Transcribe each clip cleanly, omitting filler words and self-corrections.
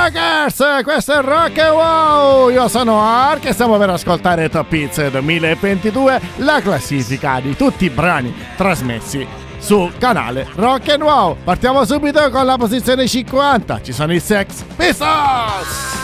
Rockers, questo è Rock and Wow, io sono Ark e stiamo per ascoltare Top Hits 2022, la classifica di tutti i brani trasmessi sul canale Rock and Wow. Partiamo subito con la posizione 50, ci sono i Sex Pistols.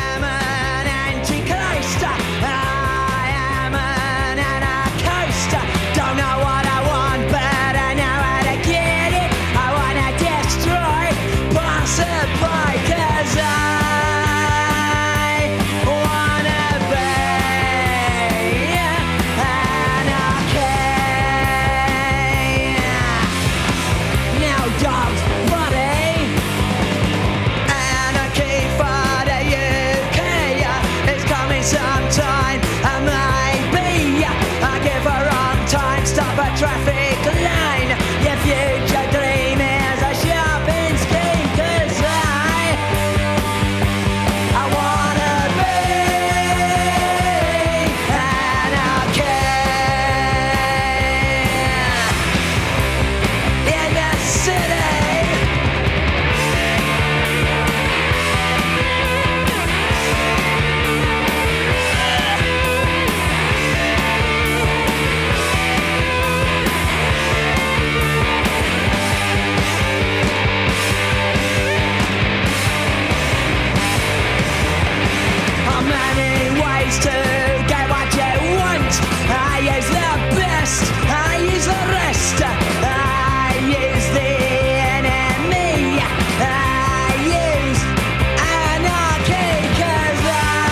Traffic line, your future dream is a shopping scheme. 'Cause I wanna be anarchy in the city. To get what you want, I use the best, I use the rest, I use the enemy, I use anarchy. 'Cause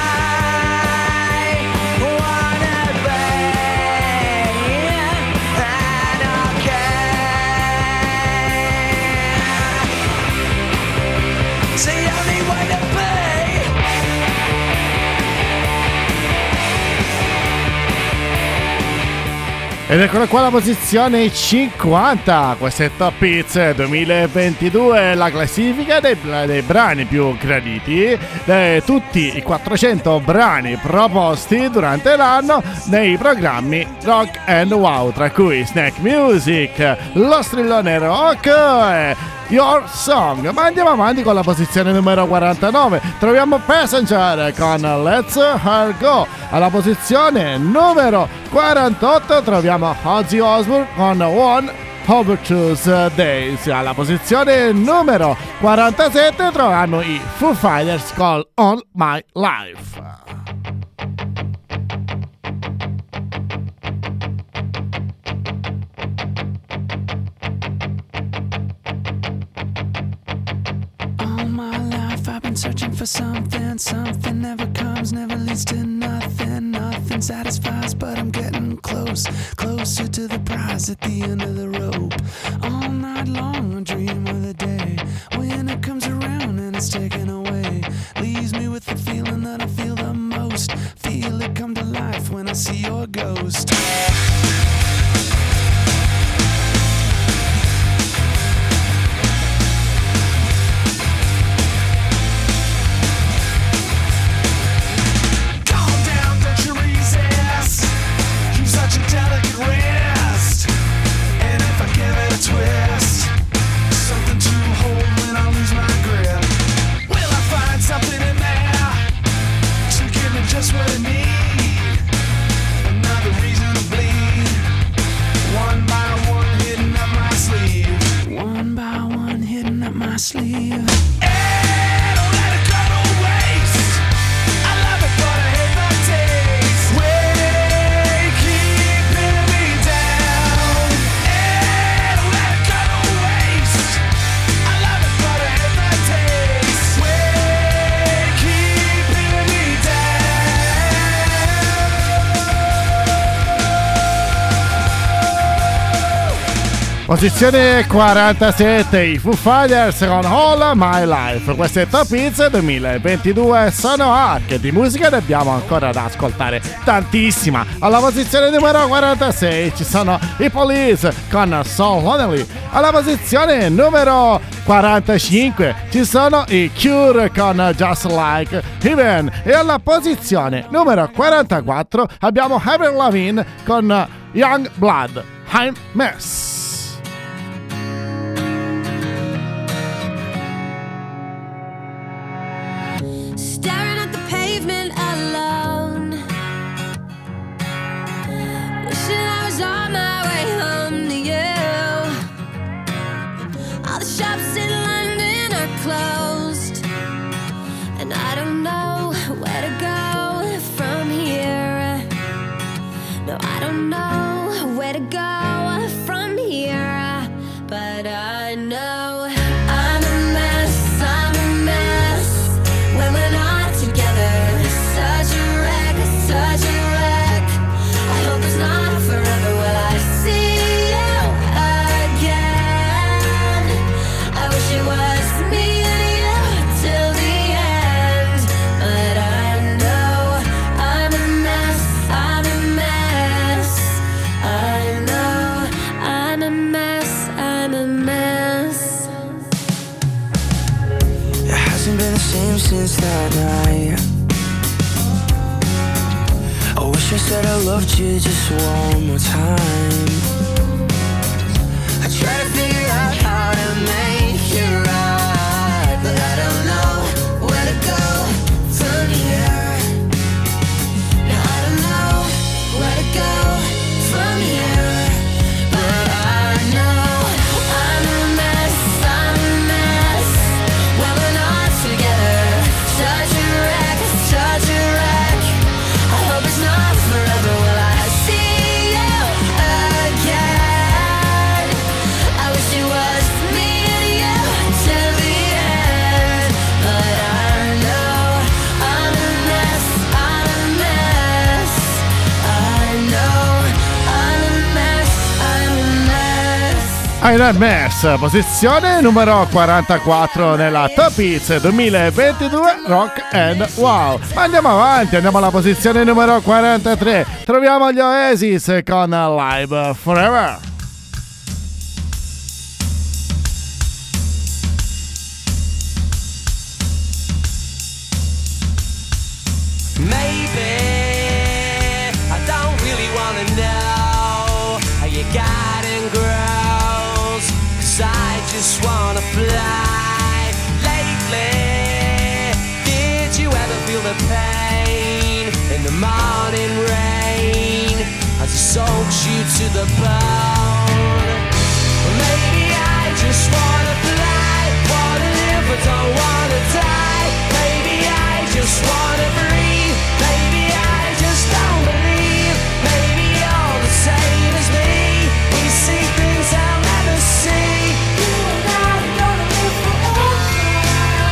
I wanna be anarchy. It's the only way to be. Ed eccola qua la posizione 50, questo è Top Hits 2022, la classifica dei brani più graditi, tutti i 400 brani proposti durante l'anno nei programmi Rock and Wow, tra cui Snack Music, Lo Strillone Rock e Your Song. Ma andiamo avanti con la posizione numero 49, troviamo Passenger con Let's Her Go. Alla posizione numero 48 troviamo Ozzy Osbourne con One of Those Days. Alla posizione numero 47 troviamo i Foo Fighters con All My Life. Searching for something never comes, never leads to nothing satisfies, but I'm getting closer to the prize at the end of the rope. All night long I dream of the day when it comes around and it's taken away, leaves me with the feeling that I feel the most, feel it come to life when I see your ghost. Twist, something to hold when I lose my grip. Will I find something in there to give me just what I need? Another reason to bleed. One by one hidden up my sleeve. One by one hidden up my sleeve. Hey, don't let it go to waste. I love it, but I hate the taste. Way keeping me down. Hey, don't let it go to waste. I love it, but I hate the taste. Way keeping me down. Posizione 47, i Foo Fighters con All My Life. Questo è Top Hits 2022, sono Ark, di musica ne abbiamo ancora da ascoltare tantissima. Alla posizione numero 46 ci sono i Police con So Lonely. Alla posizione numero 45 ci sono i Cure con Just Like Heaven. E alla posizione numero 44 abbiamo Avril Lavigne con Young Blood, I'm Mess. But I know I'm a mess, I'm a mess. When we're not together, such a wreck, such a wreck. I hope it's not forever. Will I see you again? I wish it was me and you till the end. But I know I'm a mess, I'm a mess. I know I'm a mess, I'm a mess. It hasn't been the same since that night. I wish I said I loved you just one more time. I try to figure out how to make it right, but I don't know where to go from here. No, I don't know where to go from here. But I know I'm a mess, I'm a mess. When we're not together, such a wreck, such a wreck. I hope it's not forever. Will I see you again? I wish it was me and you till the end. But I know I'm a mess, I'm a mess. I know I'm a mess, I'm a mess. Iron Mess, posizione numero 44 nella Top Hits 2022 Rock and Wow. Ma andiamo avanti, andiamo alla posizione numero 43. Troviamo gli Oasis con Live Forever. Maybe I don't really wanna know how you got and grows, 'cause I just wanna fly. Lately, did you ever feel the pain in the morning rain as it soaks you to the bone? Maybe I just wanna fly, wanna live but don't wanna die. Maybe I just wanna breathe, maybe I just don't believe. Maybe you're the same as me, we see things I'll never see. You and I are gonna live forever.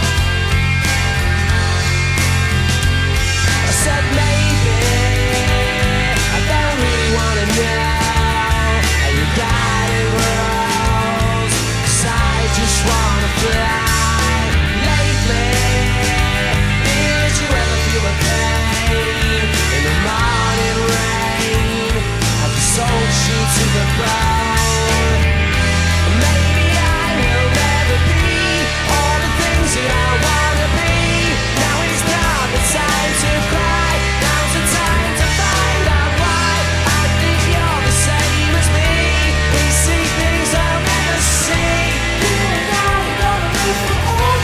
I said maybe I don't really wanna know how you got it rose, 'cause I just wanna fly. Lately, did you ever feel the pain in the morning rain as it soaks you to the bone? Maybe I will never be all the things that I wanna be. Now is not the time to cry, now's the time to find out why. I think you're the same as me, we see things I'll never see. You and I are gonna live forever.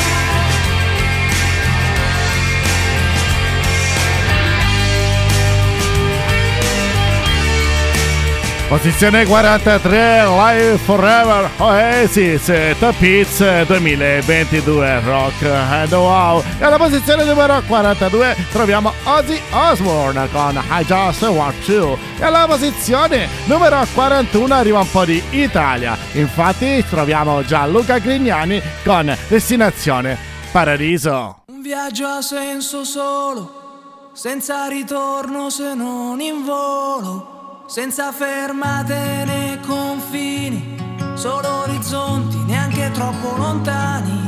Posizione 43, Live Forever, Oasis, Top Hits 2022 Rock and Wow. E alla posizione numero 42 troviamo Ozzy Osbourne con I Just Want You. E alla posizione numero 41 arriva un po' di Italia. Infatti troviamo Gianluca Grignani con Destinazione Paradiso. Un viaggio a senso solo, senza ritorno se non in volo, senza fermate né confini, solo orizzonti neanche troppo lontani.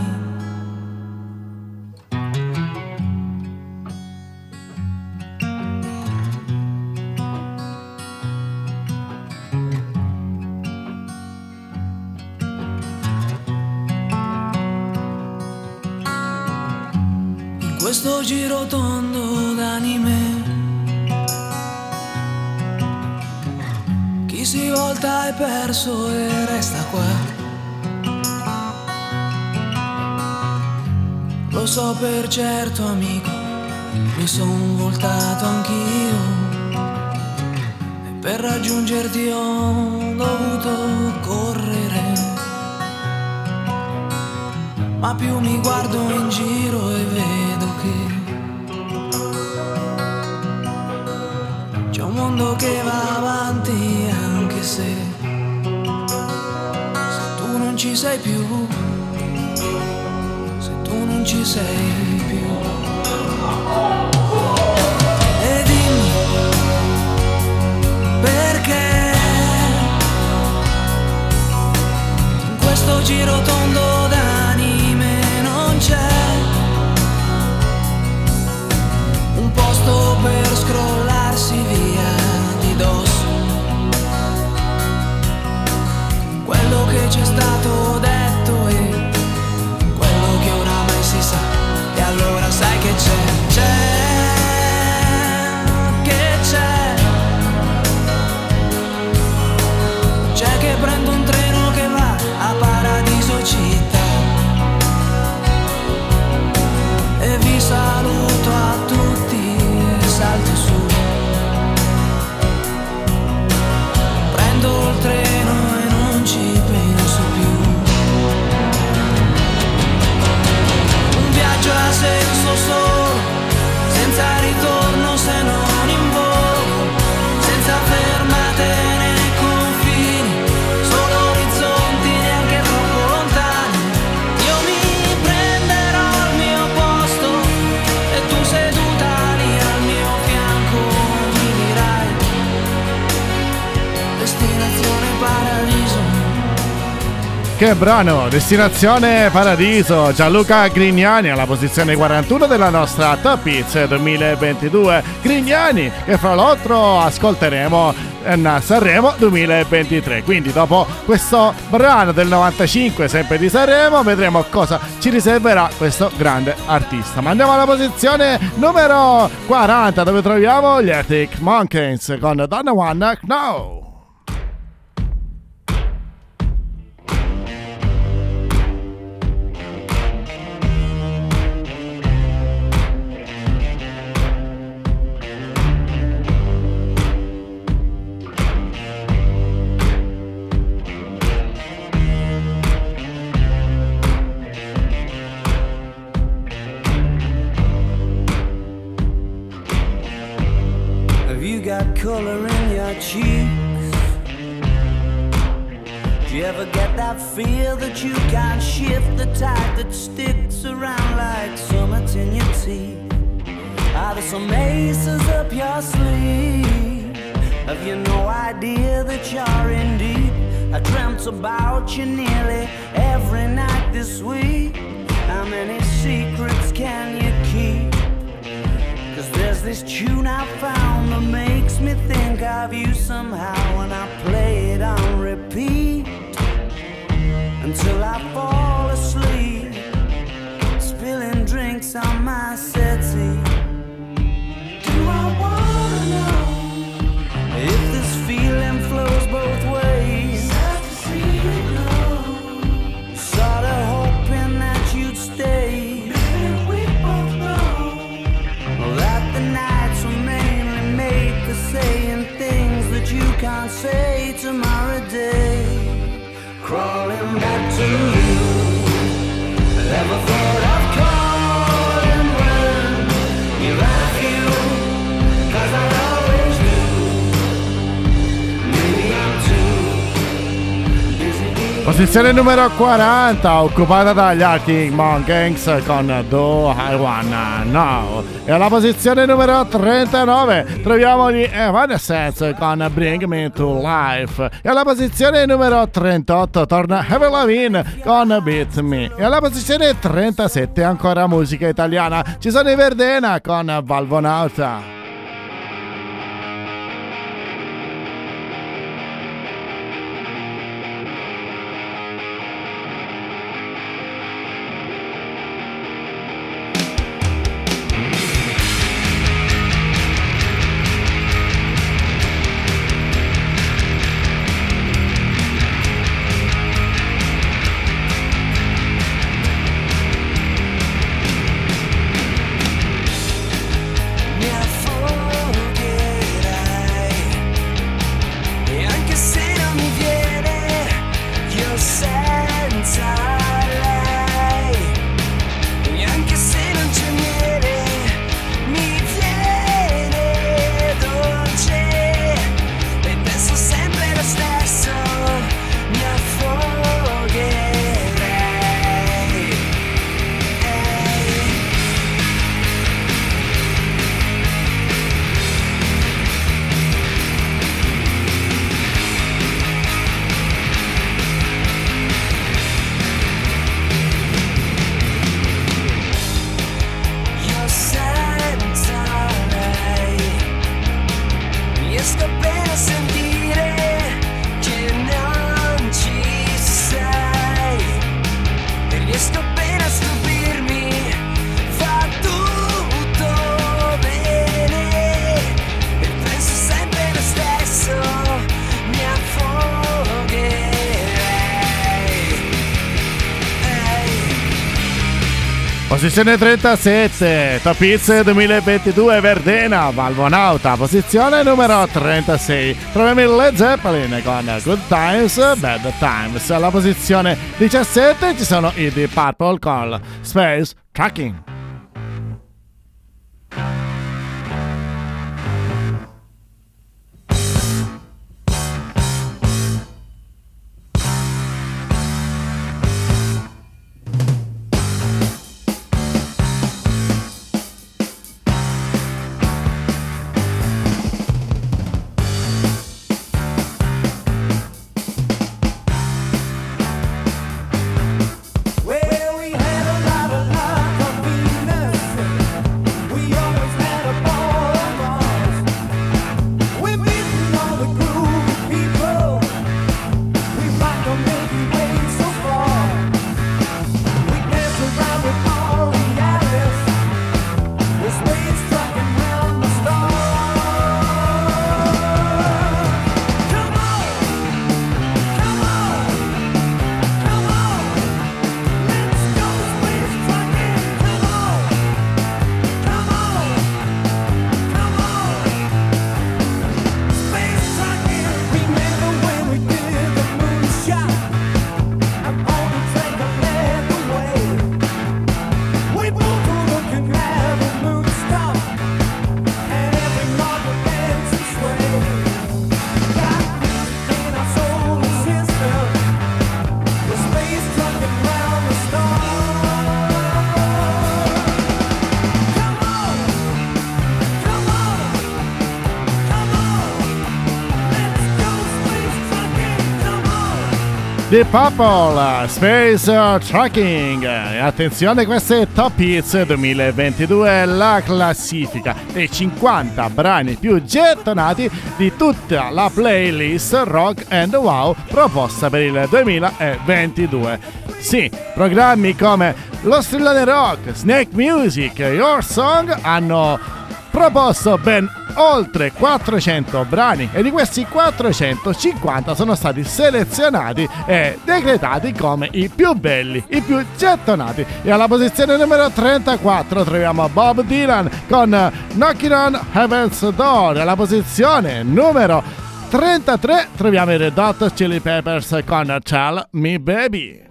In questo giro tondo d'anime, chi si volta è perso e resta qua. Lo so per certo amico, mi son voltato anch'io e per raggiungerti ho dovuto correre. Ma più mi guardo in giro e vedo che c'è un mondo che va avanti, anche se tu ci sei più, se tu non ci sei più. E dimmi perché in questo giro tondo d'anime non c'è un posto per scrollarsi via di dosso quello che c'è stato detto e quello che oramai si sa. E allora sai che c'è che prendo un treno che va a Paradiso città e vi saluto a tutti e salto su, prendo il treno e non ci penso più. Un viaggio ha senso solo, senza ritorno se non in volo, senza fermate né confini, solo orizzonti neanche troppo lontani. Io mi prenderò il mio posto e tu seduta lì al mio fianco mi dirai destinazione paradiso. Che brano, Destinazione Paradiso, Gianluca Grignani alla posizione 41 della nostra Top Hits 2022. Grignani che fra l'altro ascolteremo a Sanremo 2023, quindi dopo questo brano del 95 sempre di Sanremo vedremo cosa ci riserverà questo grande artista. Ma andiamo alla posizione numero 40 dove troviamo gli Arctic Monkeys con Don't Wanna Know. Color in your cheeks. Do you ever get that feel that you can't shift, the tide that sticks around like summits in your teeth? Are there some aces up your sleeve? Have you no idea that you're in deep? I dreamt about you nearly every night this week. How many secrets can you keep? 'Cause there's this tune I found that makes me think of you somehow, and I play it on repeat until I fall asleep, spilling drinks on my settee. Do I wanna know if this feeling flows both ways? Sad to see you go, sorta hoping that you'd stay. Saying things that you can't say tomorrow day. Crawling back to you. Never thought of calling when you're at you, 'cause I always do. Maybe I'm too busy. Posizione numero 40 occupata dagli Arctic Monkeys con Do I Wanna Know. E alla posizione numero 39 troviamo gli Evanescence con Bring Me to Life. E alla posizione numero 38 torna Avril Lavigne con Beat Me. E alla posizione 37 ancora musica italiana, ci sono i Verdena con Valvonauta. Yeah, Posizione 37, Top Hits 2022 Verdena, Valvonauta. Posizione numero 36, troviamo il Led Zeppelin con Good Times, Bad Times. Alla posizione 17 ci sono i Deep Purple con Space Trucking. Well, we had a lot of love for Venus. We always had a ball of ours. We're meeting all the groovy people. We rock the Milky Way so far. We dance around with all the Alice. We're space trucking round the stars. Come on, come on, come on. Let's go space trucking. Come on, come on, come on. Space trucking. Remember when we did the moonshot? I'm on the train that led the way. We moved through the canal, the moon stopped, and every marble dance and sway. Got music in our solar system. We're space trucking round the stars. Come on, come on, come on. Let's go space trucking. Come on. Deep Purple, Space Trucking. E attenzione, questa è Top Hits 2022, la classifica dei 50 brani più gettonati di tutta la playlist Rock and Wow proposta per il 2022. Sì, programmi come Lo Strillone Rock, Snake Music e Your Song hanno proposto ben oltre 400 brani e di questi 450 sono stati selezionati e decretati come i più belli, i più gettonati. E alla posizione numero 34 troviamo Bob Dylan con Knocking on Heaven's Door. Alla posizione numero 33 troviamo i Red Hot Chili Peppers con Tell Me Baby.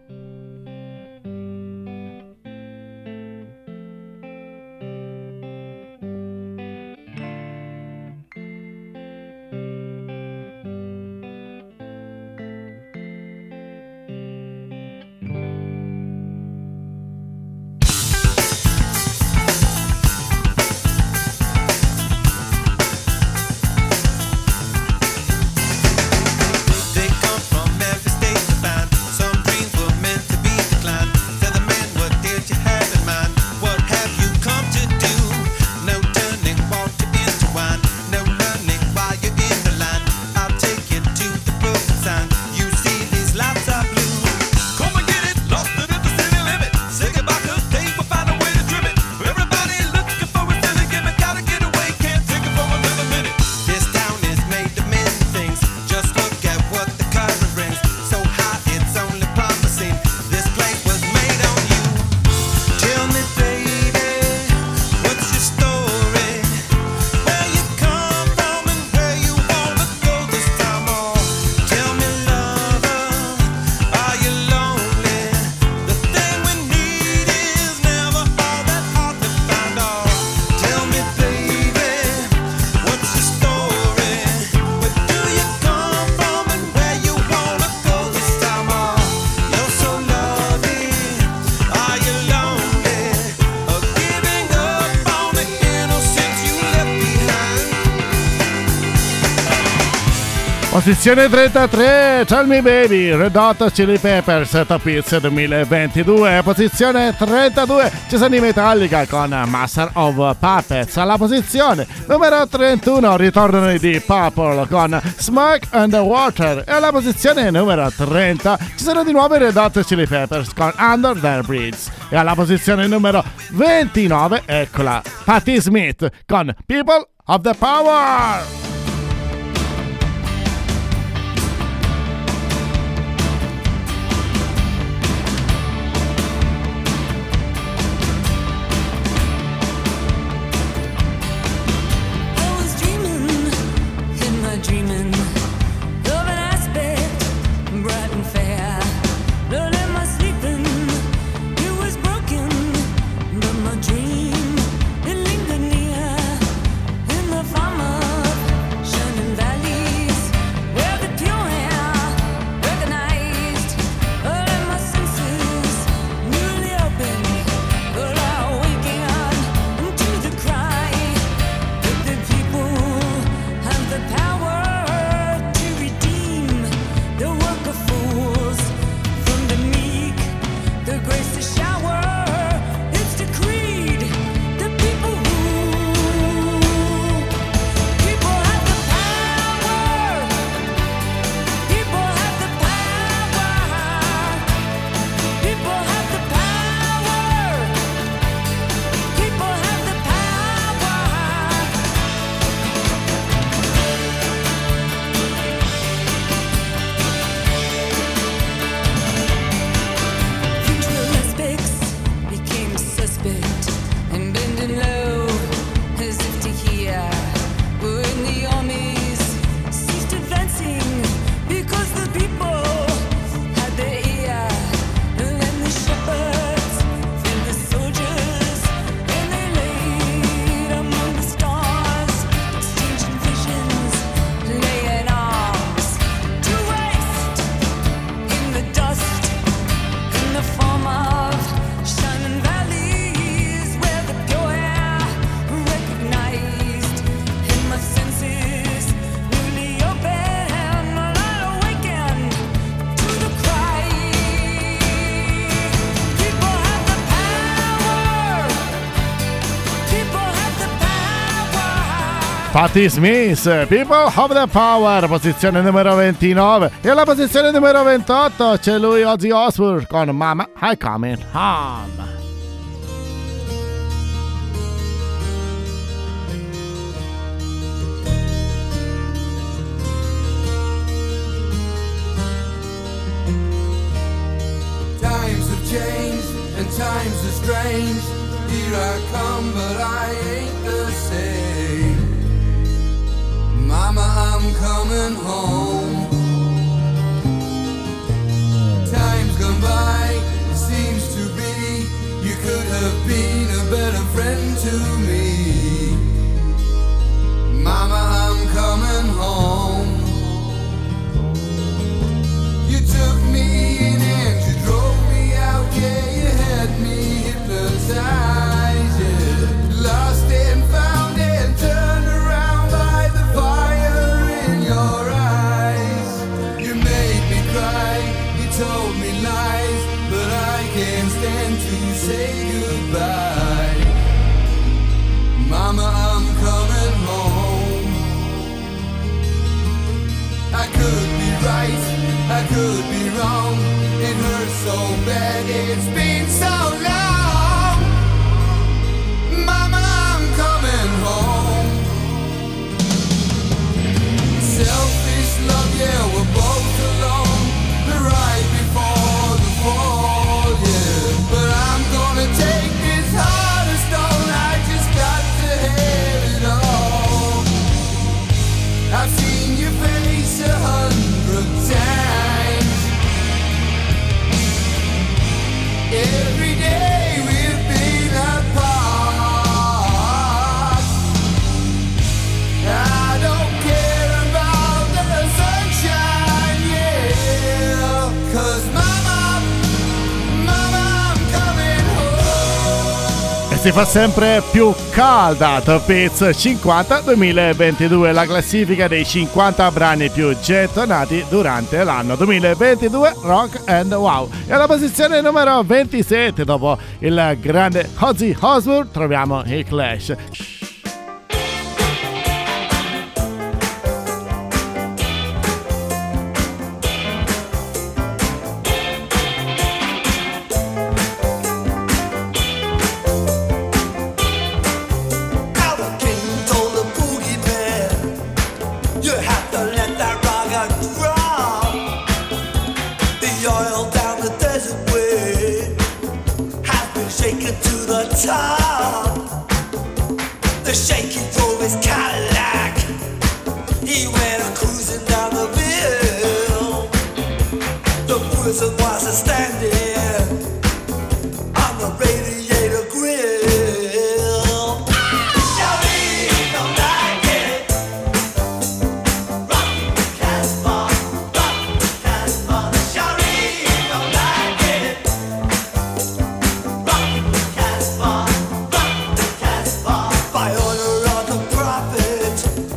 They come from every state to find. Some dreams were meant to be declined. Tell the man, what did you have in mind? What have you come to do? No turning water into wine. No running while you're in the line. I'll take you to the broken sign. You see these lights are blue. Come and get it, lost it at the city limit. Say goodbye 'cause they will find a way to trim it. Everybody looking for a silly gimmick. Gotta get away, can't take it for another minute. This town is made of many things. Just look at what the current brings. So hot, it's only promising. This place was made on you. Tell me, baby, what's your story? Where you come from and where you wanna go this time on. Tell me, lover, are you lonely? The thing we need is never all that hard to find. Oh, tell me, baby, what's your story? Where do you come from and where you wanna go this time on? You're so lovely, are you lonely? Or giving up on the innocence you left behind? Posizione 33, Tell Me Baby, Red Hot Chili Peppers, Top Hits 2022. Posizione 32, ci sono i Metallica con Master of Puppets. Alla posizione numero 31 ritornano i Deep Purple con Smoke and Water. E alla posizione numero 30 ci sono di nuovo i Red Hot Chili Peppers con Under the Bridge. E alla posizione numero 29, eccola, Patti Smith con People of the Power. Patti Smith, People of the Power, posizione numero 29. E alla posizione numero 28 c'è lui, Ozzy Osbourne, con Mama I Coming Home. Times have changed and times are strange. Here I come, but I ain't the same. Mama, I'm coming home. Time's gone by, it seems to be. You could have been a better friend to me. Mama, I'm coming home. You took me in and you drove me out, yeah, you had me hypnotized, yeah. Lost and found and turned around by the fire in your eyes. You made me cry, you told me lies, but I can't stand to say goodbye. Mama, I'm coming home. I could be right, I could be wrong. It hurts so bad, it's been so long. Mama, I'm coming home. Selfish love, yeah, we're both alone. The right before the fall, yeah. But I'm gonna take this heart of stone. I just got to have it all. I've seen your face 100 times. Every day we've been apart. I don't care about the sunshine, yeah. 'Cause mama, I'm coming home. E si fa sempre più calda. Top Hits 50 2022, la classifica dei 50 brani più gettonati durante l'anno 2022 Rock and Wow. E alla posizione numero 27, dopo il grande Ozzy Osbourne, troviamo i Clash. Albert King told the boogie man, you have to let that rock drop. The oil down the desert way has been shaken to the top. The shaky drove his Cadillac. He went cruising down the hill. The prison was standing on the radiator grill. Shawty don't like it. Rock Casbah, the shawty don't like it. Rock Casbah. By order of the prophet,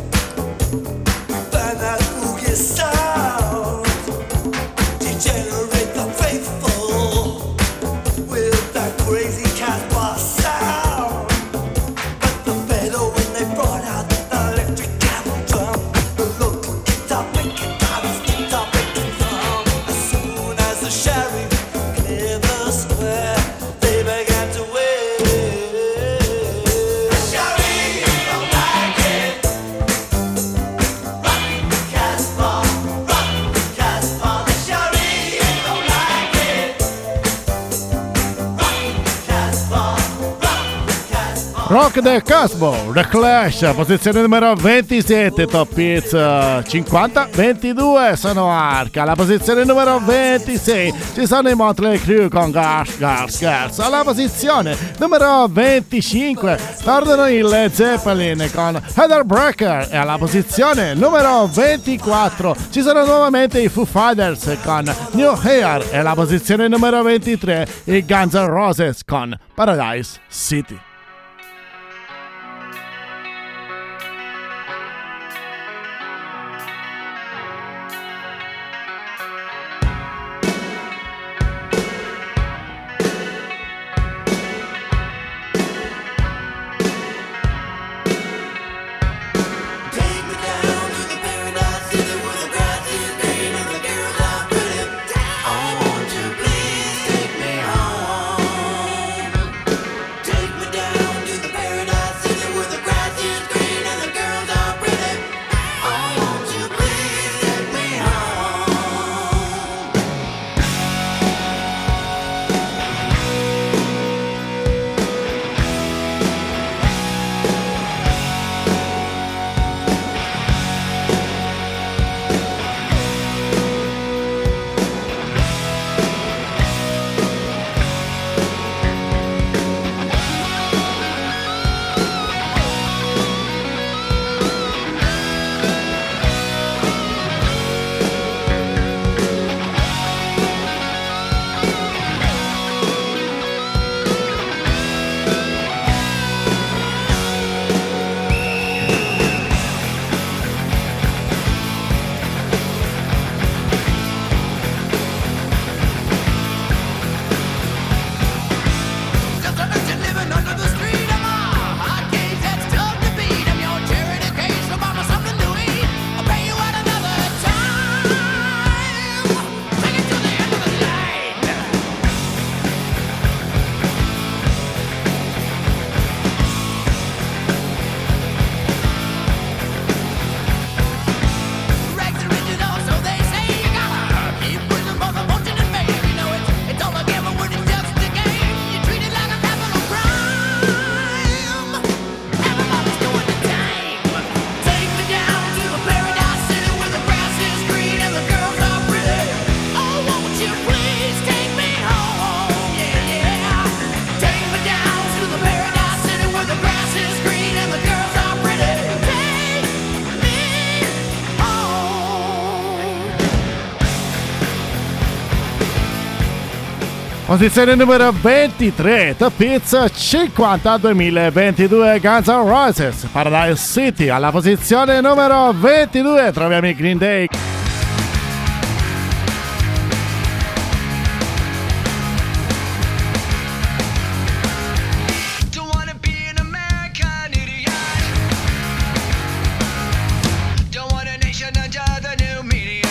burn that boogie sound. Degenerate the faithful with that crazy Casbah sound. But the better when they brought out the electric camel drum, the local guitar picking guys, guitar picking drum. As soon as the sheriff cleared the square, they began to wave. The sheriff don't like it. Rock Casbah, the sheriff don't like it. Rock the Casbah, The Clash, posizione numero 27, Top Hits 50-22 sono Arca. Alla posizione numero 26 ci sono i Motley Crue con Girls. Alla posizione numero 25 tornano i Led Zeppelin con Heather Breaker. E alla posizione numero 24 ci sono nuovamente i Foo Fighters con New Hair. E alla posizione numero 23 i Guns N' Roses con Paradise City. Posizione numero 23, Top Hits 50 2022, Guns N' Roses, Paradise City. Alla posizione numero 22 troviamo i Green Day. Don't wanna be an American idiot. Don't want a nation under the new media.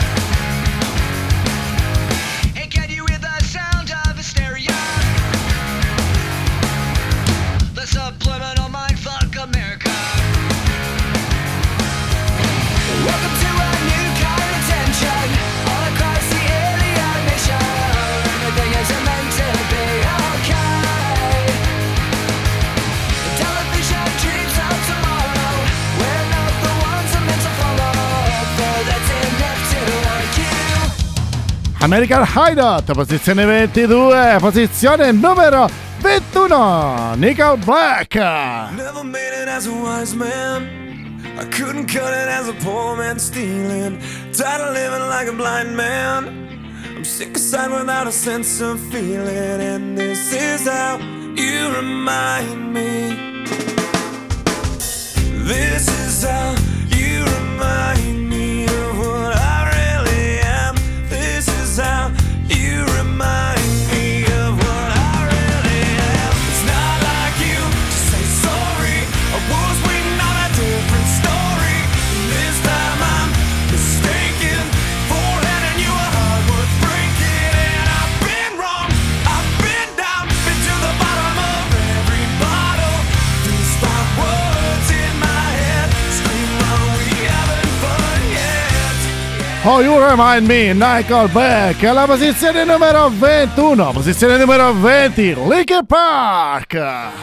And can you hear the sound of hysteria? The subliminal mindfuck America. Welcome to a new kind of tension all across the alien nation. Everything isn't meant to be okay. Television dreams of tomorrow. We're not the ones I'm meant to follow. Though that's enough to argue. American Hideout, posizione 22, posizione numero 21, Nickelback. Never made it as a wise man. I couldn't cut it as a poor man stealing. Tired of living like a blind man. I'm sick aside without a sense of feeling. And this is how you remind me. This is how you remind me of what I really am. This is how you remind me of what I really am. It's not like you to say sorry. I was waiting on a different story. This time I'm mistaken for handing you a heart worth breaking. And I've been wrong, I've been down, been to the bottom of every bottle. These 5 words in my head scream, are we having fun yet? Oh, You Remind Me, Nickelback. Alla posizione numero 21, posizione numero 20, Linkin Park.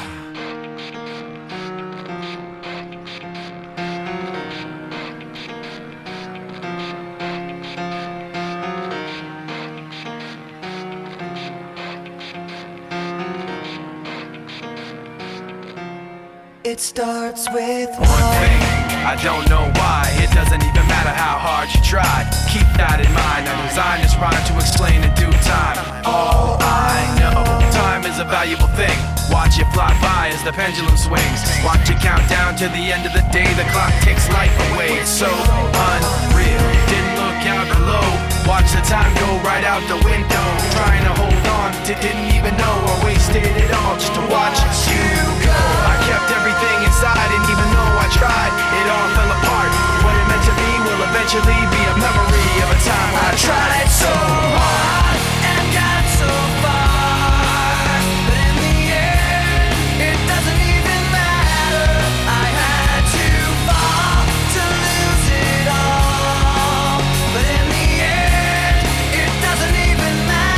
It starts with One thing, I don't know why. It doesn't even matter how hard you tried. Keep that in mind. I designed this rhyme to explain in due time. All I know, time is a valuable thing. Watch it fly by as the pendulum swings. Watch it count down to the end of the day. The clock takes life away. It's so unreal. Didn't look out below. Watch the time go right out the window. Trying to hold on, didn't even know I wasted it all just to watch you go. I kept everything inside, and even though I tried, it all fell apart. What it meant to be will eventually be a memory of a time when I tried so hard and got so far, but in the end, it doesn't even matter. I had to fall to lose it all, but in the end, it doesn't even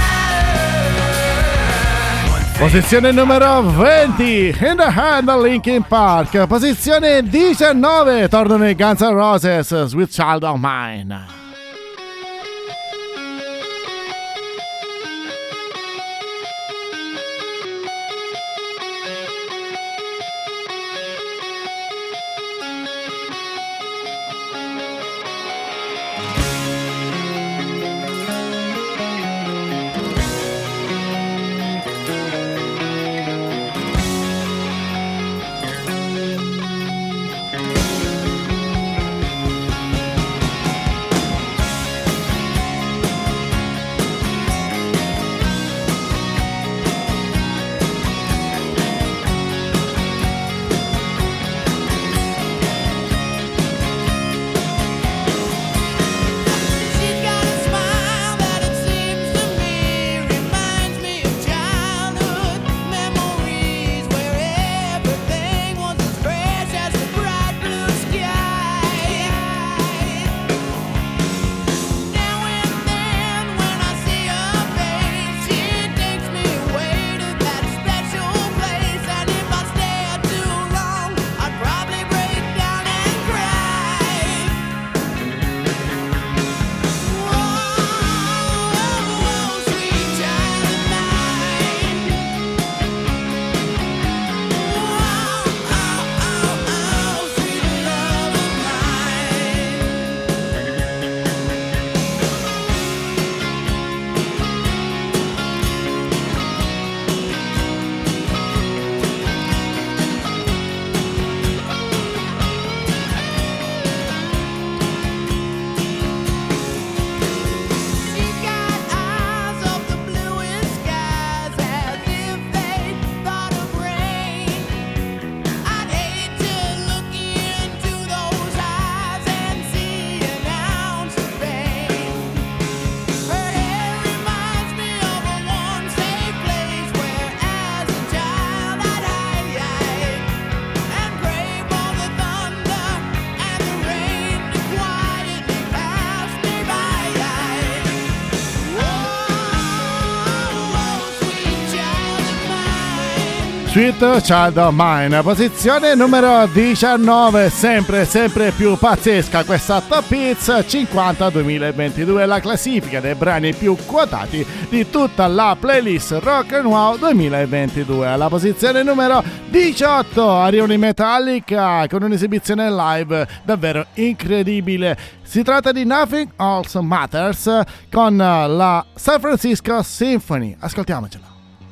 matter. Posizione numero 20, In the Hand, Linkin Park. Posizione 19, tornano i Guns N' Roses, Sweet Child of Mine. Sweet Child of Mine, posizione numero 19, sempre più pazzesca questa Top Hits 50 2022, la classifica dei brani più quotati di tutta la playlist Rock and Wow 2022. Alla posizione numero 18 arrivano i Metallica con un'esibizione live davvero incredibile. Si tratta di Nothing Else Matters con la San Francisco Symphony. Ascoltiamocela.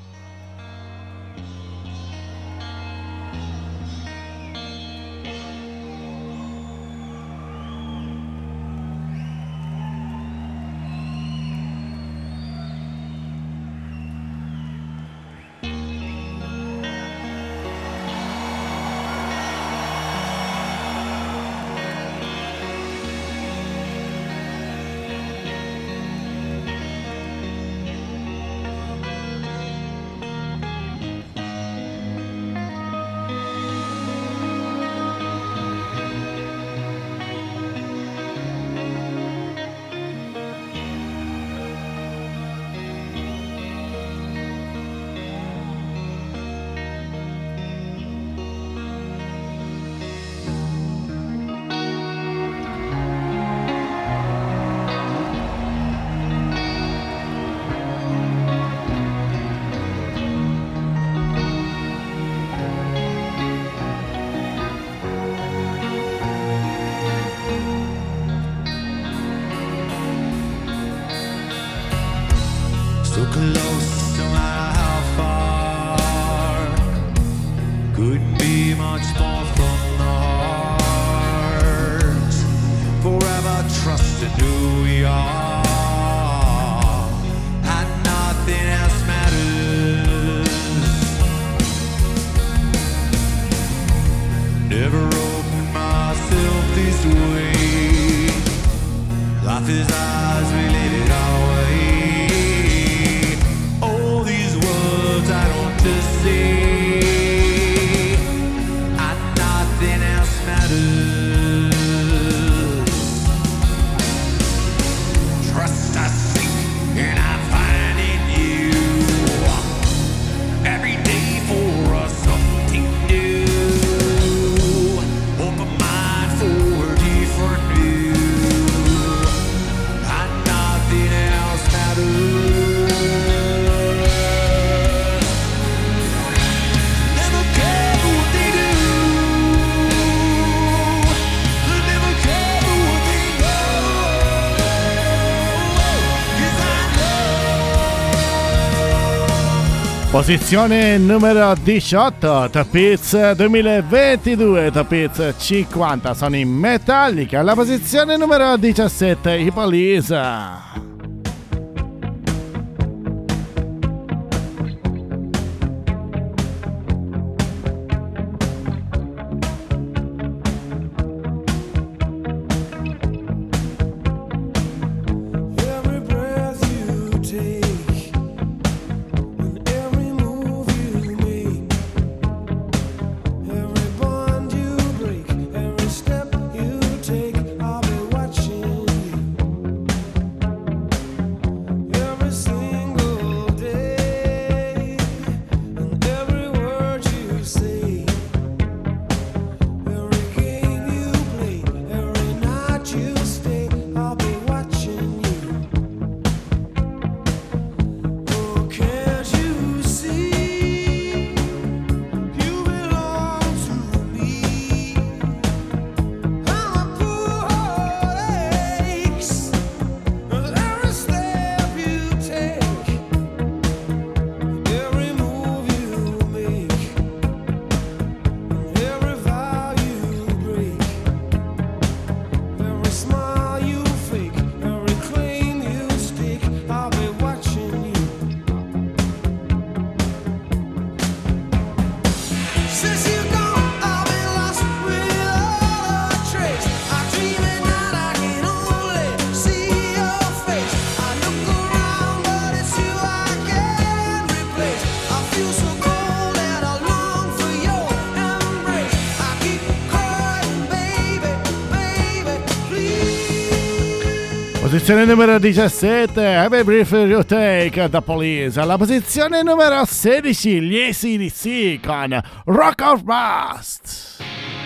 So close, no matter how far. Couldn't be much more from the heart. Forever trusting who we are, and nothing else matters. Never opened myself this way. Life is ours, we live it our way. All these words I don't just say, and nothing else matters. Trust I seek and I find in you. Every day for us something new. Open mind for a different view, and nothing else matters. Never care what they do. Never care what they know. 'Cause I know. Posizione numero 18, Top Hits 2022, Top Hits 50 sono in Metallica. Alla posizione numero 17, i Police. Every breath you take, and every move you make, every bond you break, every step you take, I'll be watching you. Posizione numero 17, Every Breath You Take, The Police. Alla posizione numero 16, gli AC/DC con Rock or Bust.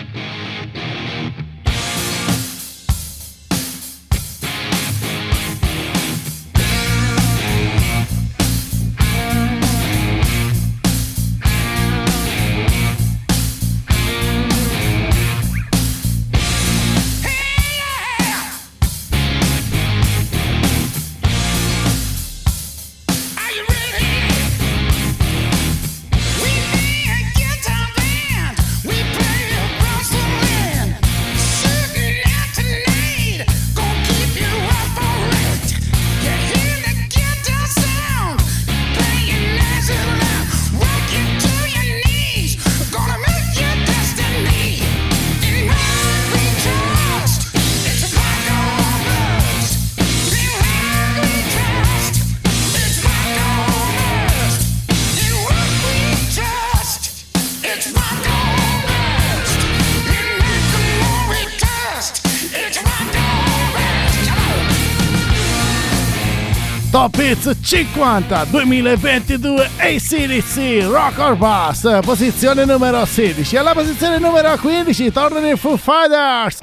Top Hits 50 2022 AC/DC Rock or Bust, posizione numero 16. Alla posizione numero 15 tornano i Foo Fighters.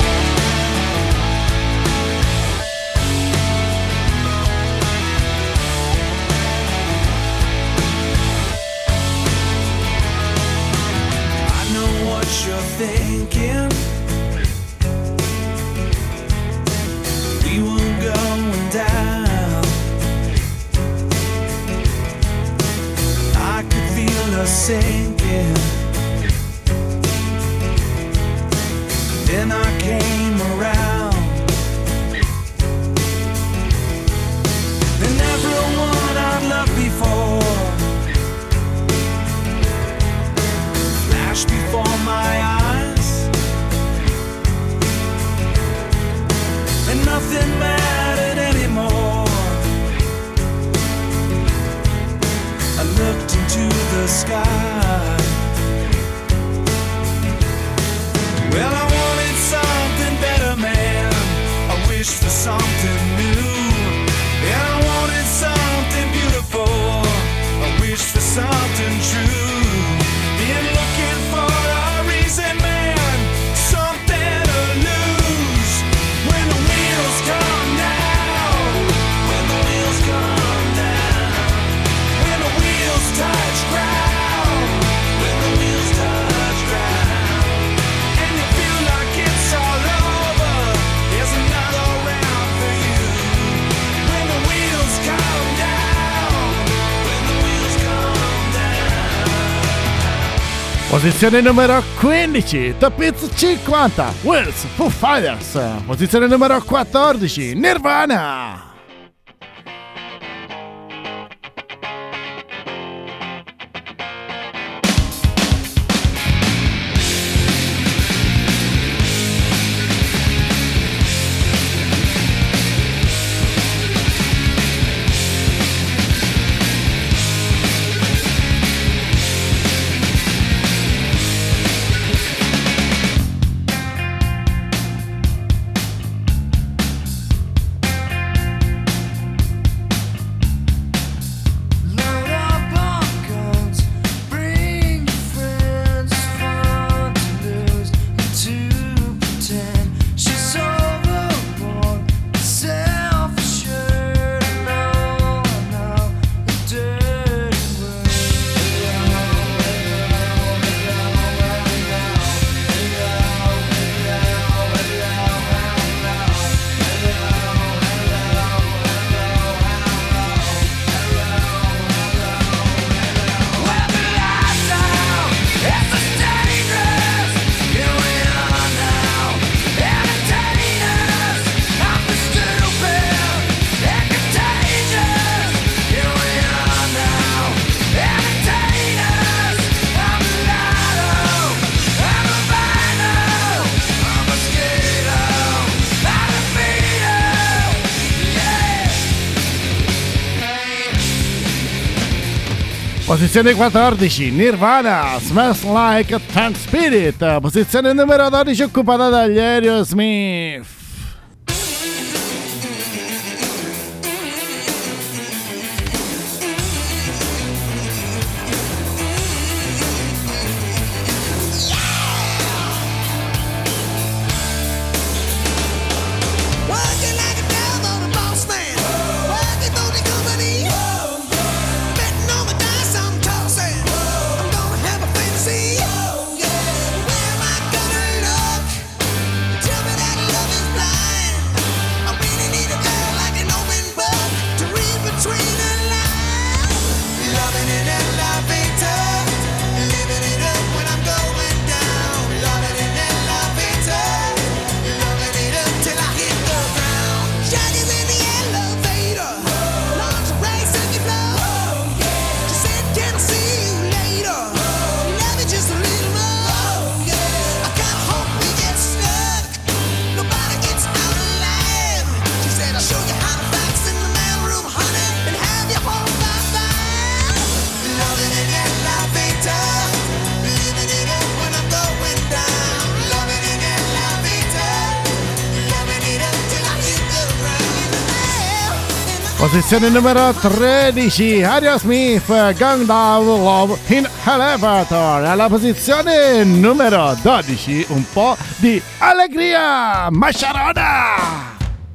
I know what you're thinking. We were going down. I could feel us sinking. Then I came around. And everyone I've loved before flashed before my eyes, and nothing mattered anymore. I looked into the sky. Well, I wanted something better, man. I wished for something new. And I wanted something beautiful. I wished for something true. Been looking for a reason, man. Something to lose. When the wheels come down. When the wheels come down. When the wheels touch ground. When the wheels touch ground. And you feel like it's all over. There's another round for you. When the wheels come down. When the wheels come down. Posizione numero 15, Top Hits 50, Wills, Foo Fighters. Posizione numero 14, Nirvana. Load up on guns, bring your friends. It's fun to lose and to pretend she's overboard, self-assured, and all I know the dirty Posizione 14, Nirvana, Smells Like Teen Spirit. Posizione numero 12 occupata dagli Aerosmith. Posizione numero 13, Aerosmith, Gangnam Love in Elevator. Alla posizione numero 12, un po' di allegria, Masharona.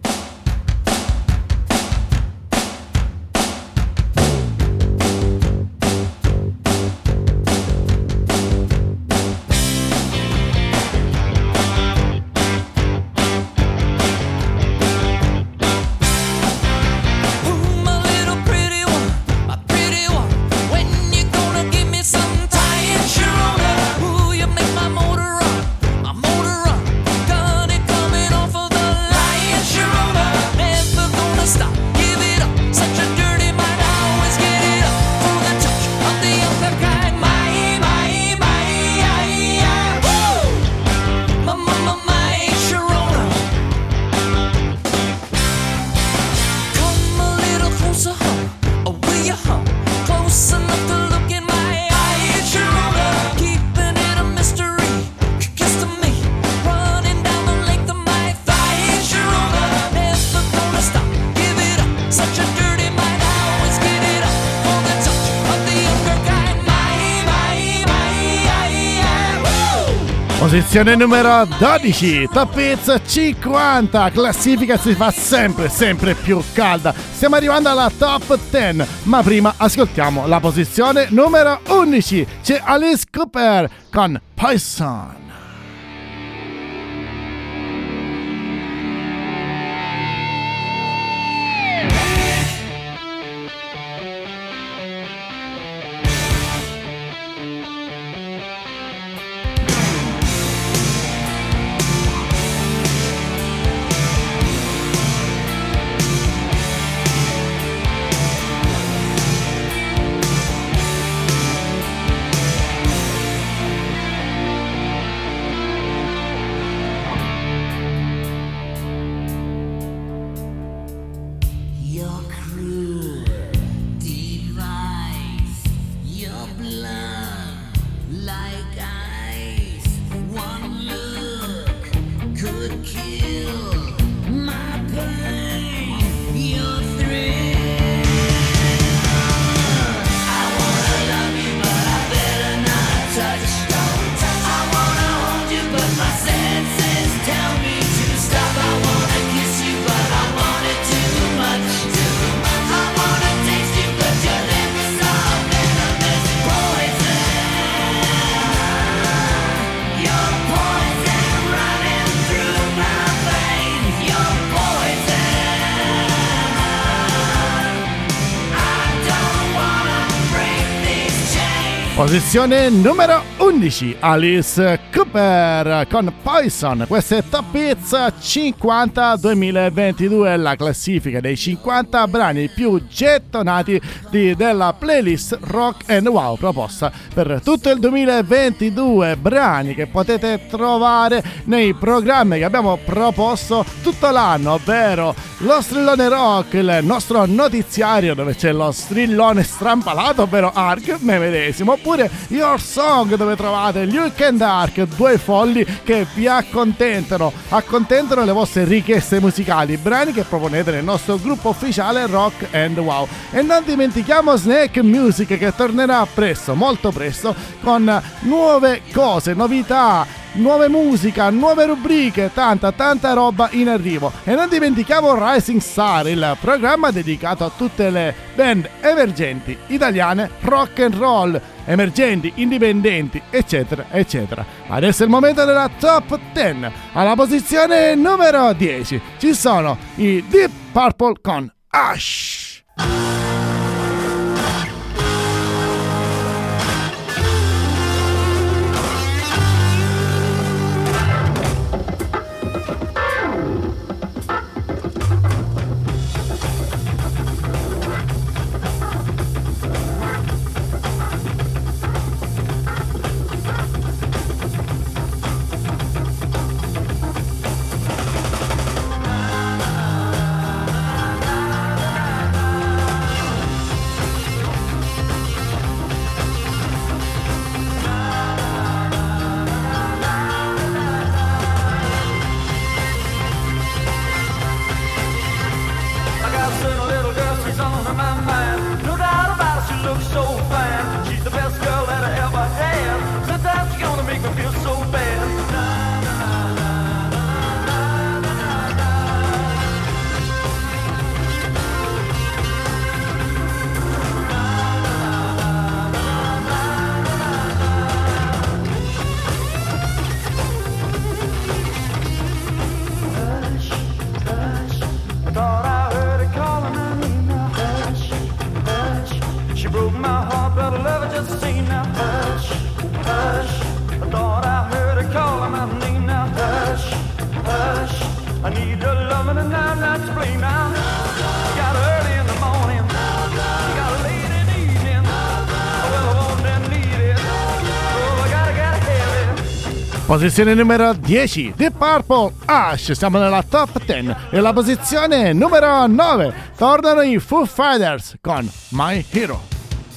Posizione numero 12, Top Hits 50, classifica si fa sempre più calda. Stiamo arrivando alla top 10, ma prima ascoltiamo la posizione numero 11. C'è Alice Cooper con Poison. Posizione numero 11, Alice Cooper con Poison. Questo è Top Hits 50 2022, la classifica dei 50 brani più gettonati della playlist Rock and Wow proposta per tutto il 2022, brani che potete trovare nei programmi che abbiamo proposto tutto l'anno, ovvero lo Strillone Rock, il nostro notiziario dove c'è lo strillone strampalato, ovvero ARC, me medesimo, oppure Your Song, dove trovate Luke and Dark, due folli che vi accontentano le vostre richieste musicali, brani che proponete nel nostro gruppo ufficiale Rock and Wow. E non dimentichiamo Snake Music, che tornerà presto, molto presto, con nuove cose, novità, nuove musica, nuove rubriche, tanta roba in arrivo. E non dimentichiamo Rising Star, il programma dedicato a tutte le band emergenti italiane, rock and roll, emergenti, indipendenti, eccetera. Adesso è il momento della top 10. Alla posizione numero 10 ci sono i Deep Purple con Ash. Posizione numero 10, Deep Purple, Ash, siamo nella top 10. E la posizione numero 9, tornano i Foo Fighters con My Hero.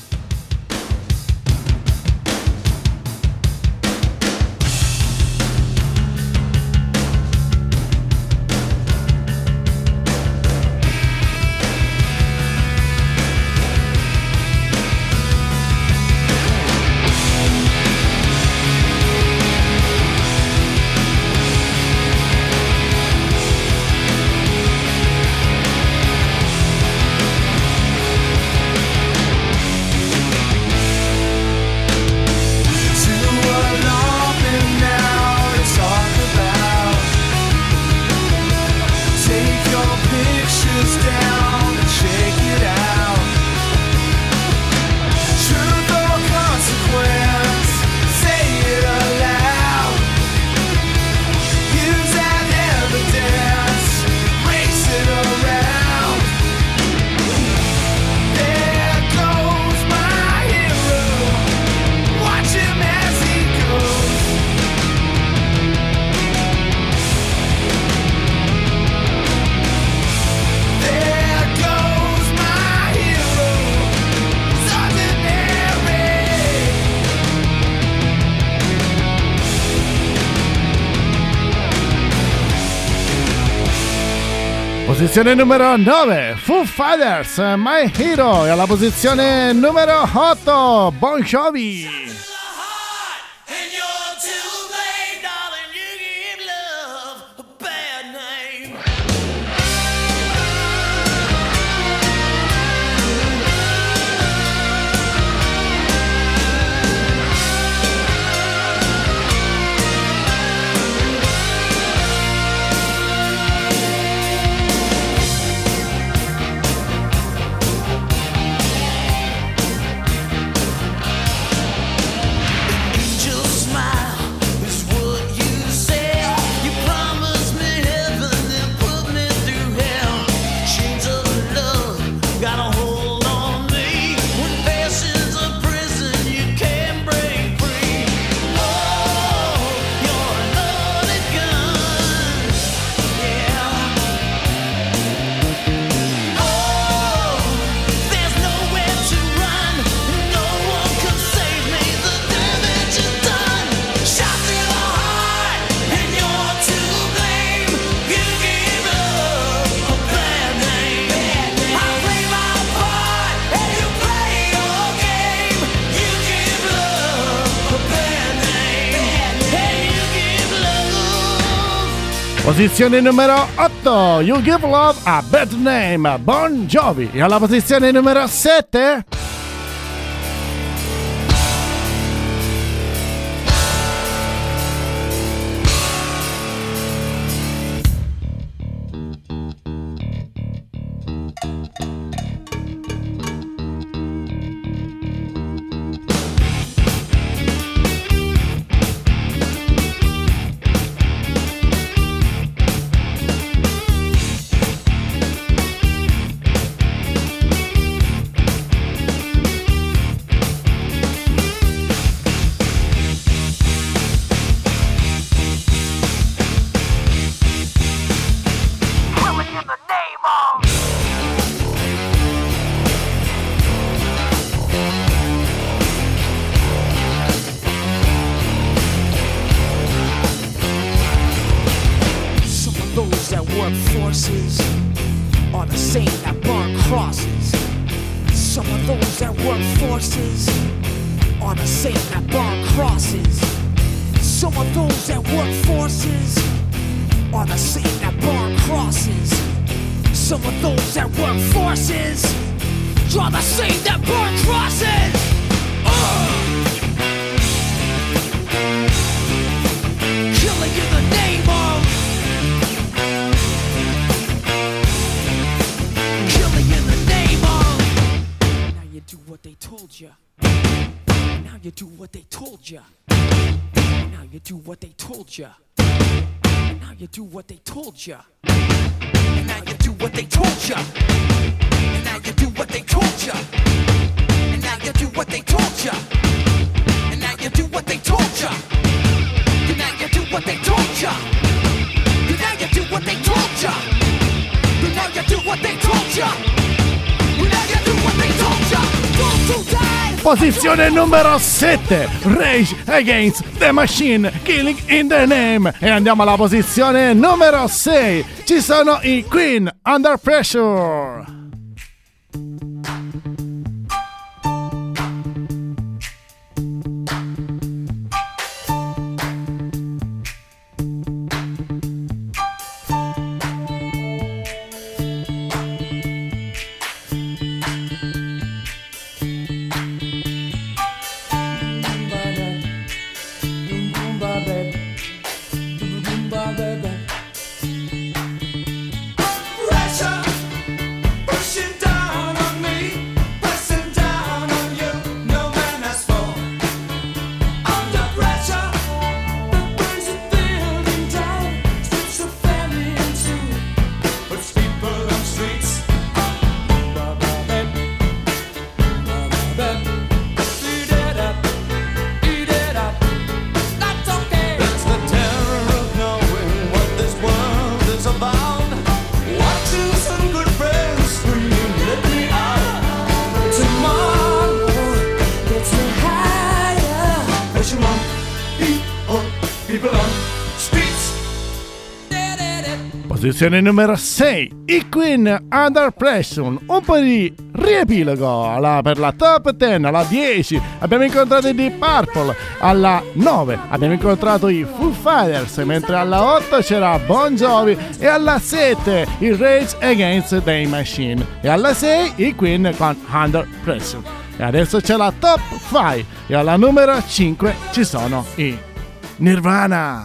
Posizione numero 9, Foo Fighters, My Hero. E alla posizione numero 8, Bon Jovi. Posizione numero 8, You Give Love a Bad Name, Bon Jovi. E alla posizione numero 7, And now you do what they told ya. And now you Posizione numero 7, Rage Against the Machine, Killing in the Name. E andiamo alla posizione numero 6, ci sono i Queen, Under Pressure. Pressure Posizione numero 6, i Queen, Under Pressure. Un po' di riepilogo per la top 10. Alla 10 abbiamo incontrato i Deep Purple, alla 9 abbiamo incontrato i Foo Fighters, mentre alla 8 c'era Bon Jovi e alla 7 i Rage Against the Machine e alla 6 i Queen con Under Pressure. E adesso c'è la top 5 e alla numero 5 ci sono i Nirvana.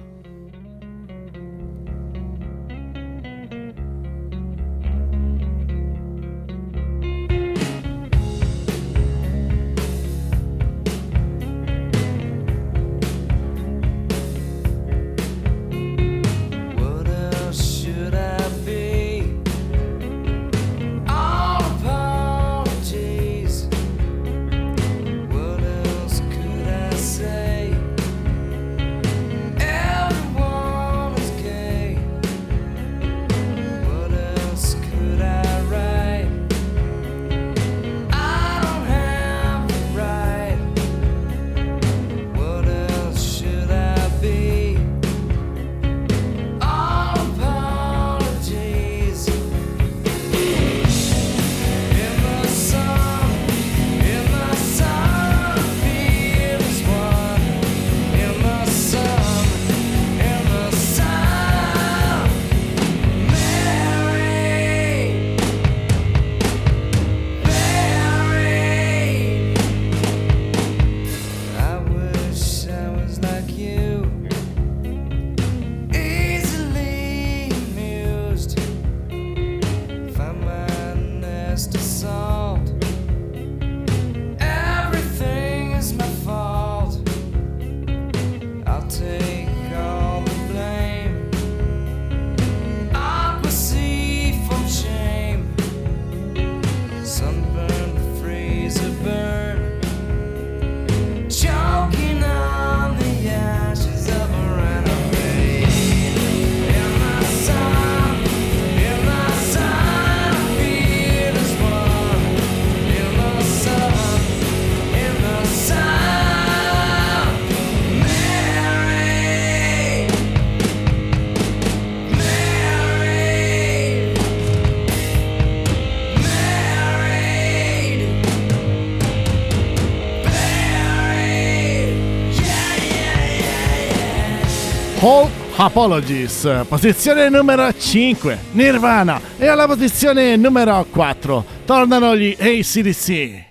All Apologies, posizione numero 5, Nirvana, e alla posizione numero 4 tornano gli AC/DC.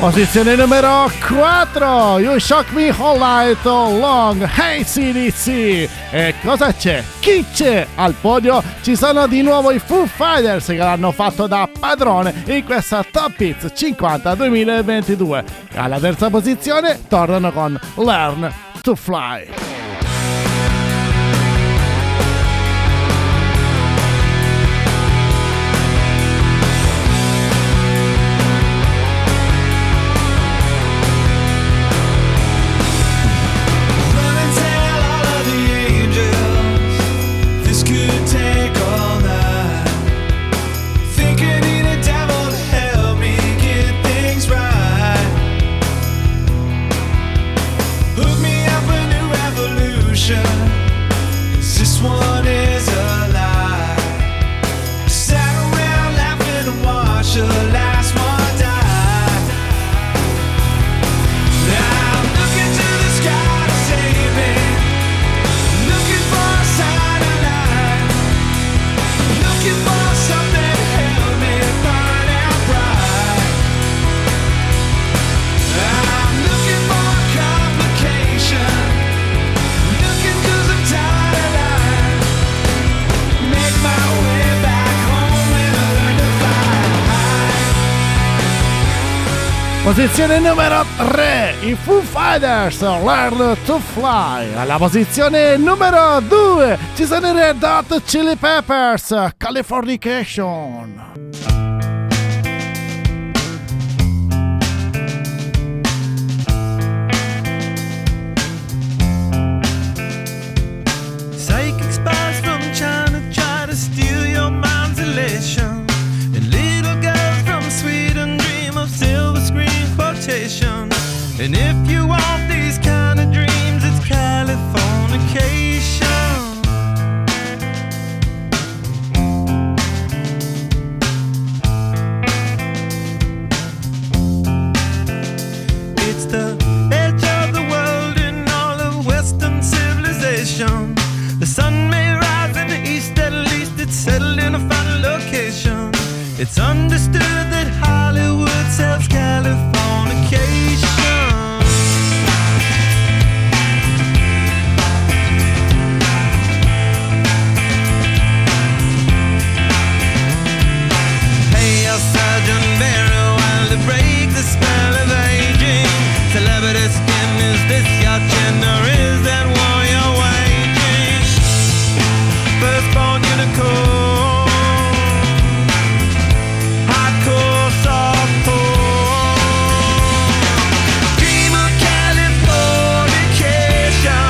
Posizione numero 4, You Shock Me All Night Long, Hey CDC. E cosa c'è? Chi c'è al podio? Ci sono di nuovo i Foo Fighters che l'hanno fatto da padrone in questa Top Hits 50 2022. E alla terza posizione tornano con Learn to Fly. Run and tell all of the angels this could take all night. Think I need a devil to help me get things right. Hook me up a new revolution, 'cause this one is a lie. Sat around laughing and watched the last one die. Now I'm looking to the sky to save me, looking for a sign of light, looking for something to help me burn out bright. I'm looking for a complication, looking 'cause I'm tired of lying. Make my way back home and I learn to fly high. Posizione numero 3, i Foo Fighters, Learn to Fly. Alla posizione numero 2 ci sono i Red Hot Chili Peppers, Californication. Psychic spies from China try to steal your mind's elation, and little girls from Sweden dream of silver screen quotation. And if you want these kind of dreams, it's Californication. It's the edge of the world in all of Western civilization. The sun may rise in the east, at least it's settled in a final location. It's understood that Hollywood sells Californication. Pay your surgeon very well to break the spell of aging. Celebrity skin, is this your chin or is that war you're waging? Firstborn unicorn, hardcore softcore. Dream of Californication,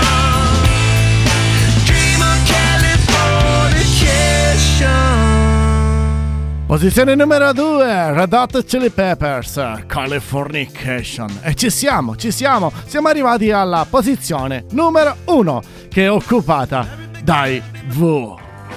dream of Californication. Posizione numero 2, Red Hot Chili Peppers, Californication. E ci siamo arrivati alla posizione numero 1, che è occupata dai V.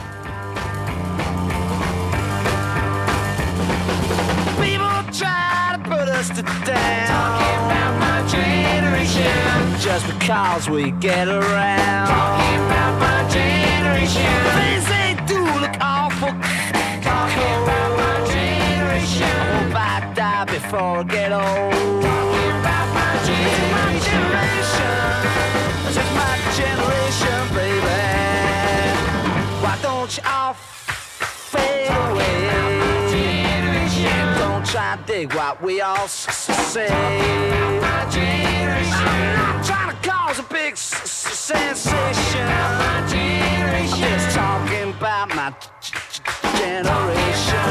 People try to put us to down, talking about my generation, just because we get around. Talking about my generation, things they do look awful. Talking about my generation, I hope I die before I get old. Talking about my generation, this is my generation, baby. Why don't you all fade away? Don't try to dig what we all say. I'm not trying to cause a big sensation. I'm just talking about my generation.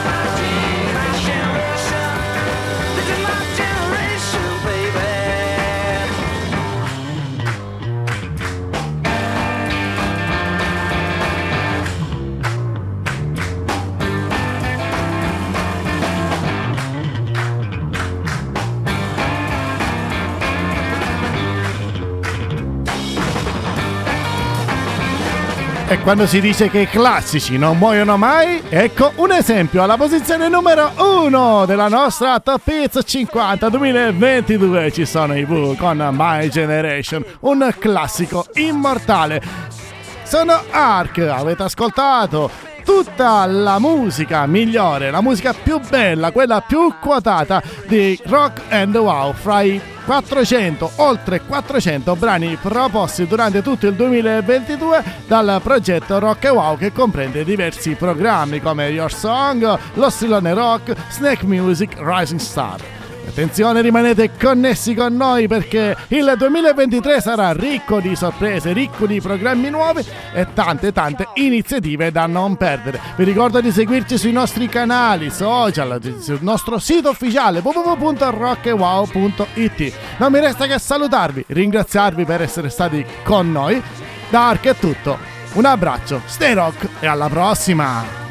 This is my generation, baby. E quando si dice che i classici non muoiono mai, ecco un esempio alla posizione numero 1 della nostra Top Hits 50 2022 ci sono i Who con My Generation, un classico immortale. Sono Ark, avete ascoltato tutta la musica migliore, la musica più bella, quella più quotata di Rock and Wow fra i 400, oltre 400 brani proposti durante tutto il 2022 dal progetto Rock and Wow, che comprende diversi programmi come Your Song, Lo Stillone Rock, Snack Music, Rising Star. Attenzione, rimanete connessi con noi perché il 2023 sarà ricco di sorprese, ricco di programmi nuovi e tante iniziative da non perdere. Vi ricordo di seguirci sui nostri canali social, sul nostro sito ufficiale www.rockandwow.it. Non mi resta che salutarvi, ringraziarvi per essere stati con noi. Da Ark è tutto, un abbraccio, stay rock e alla prossima!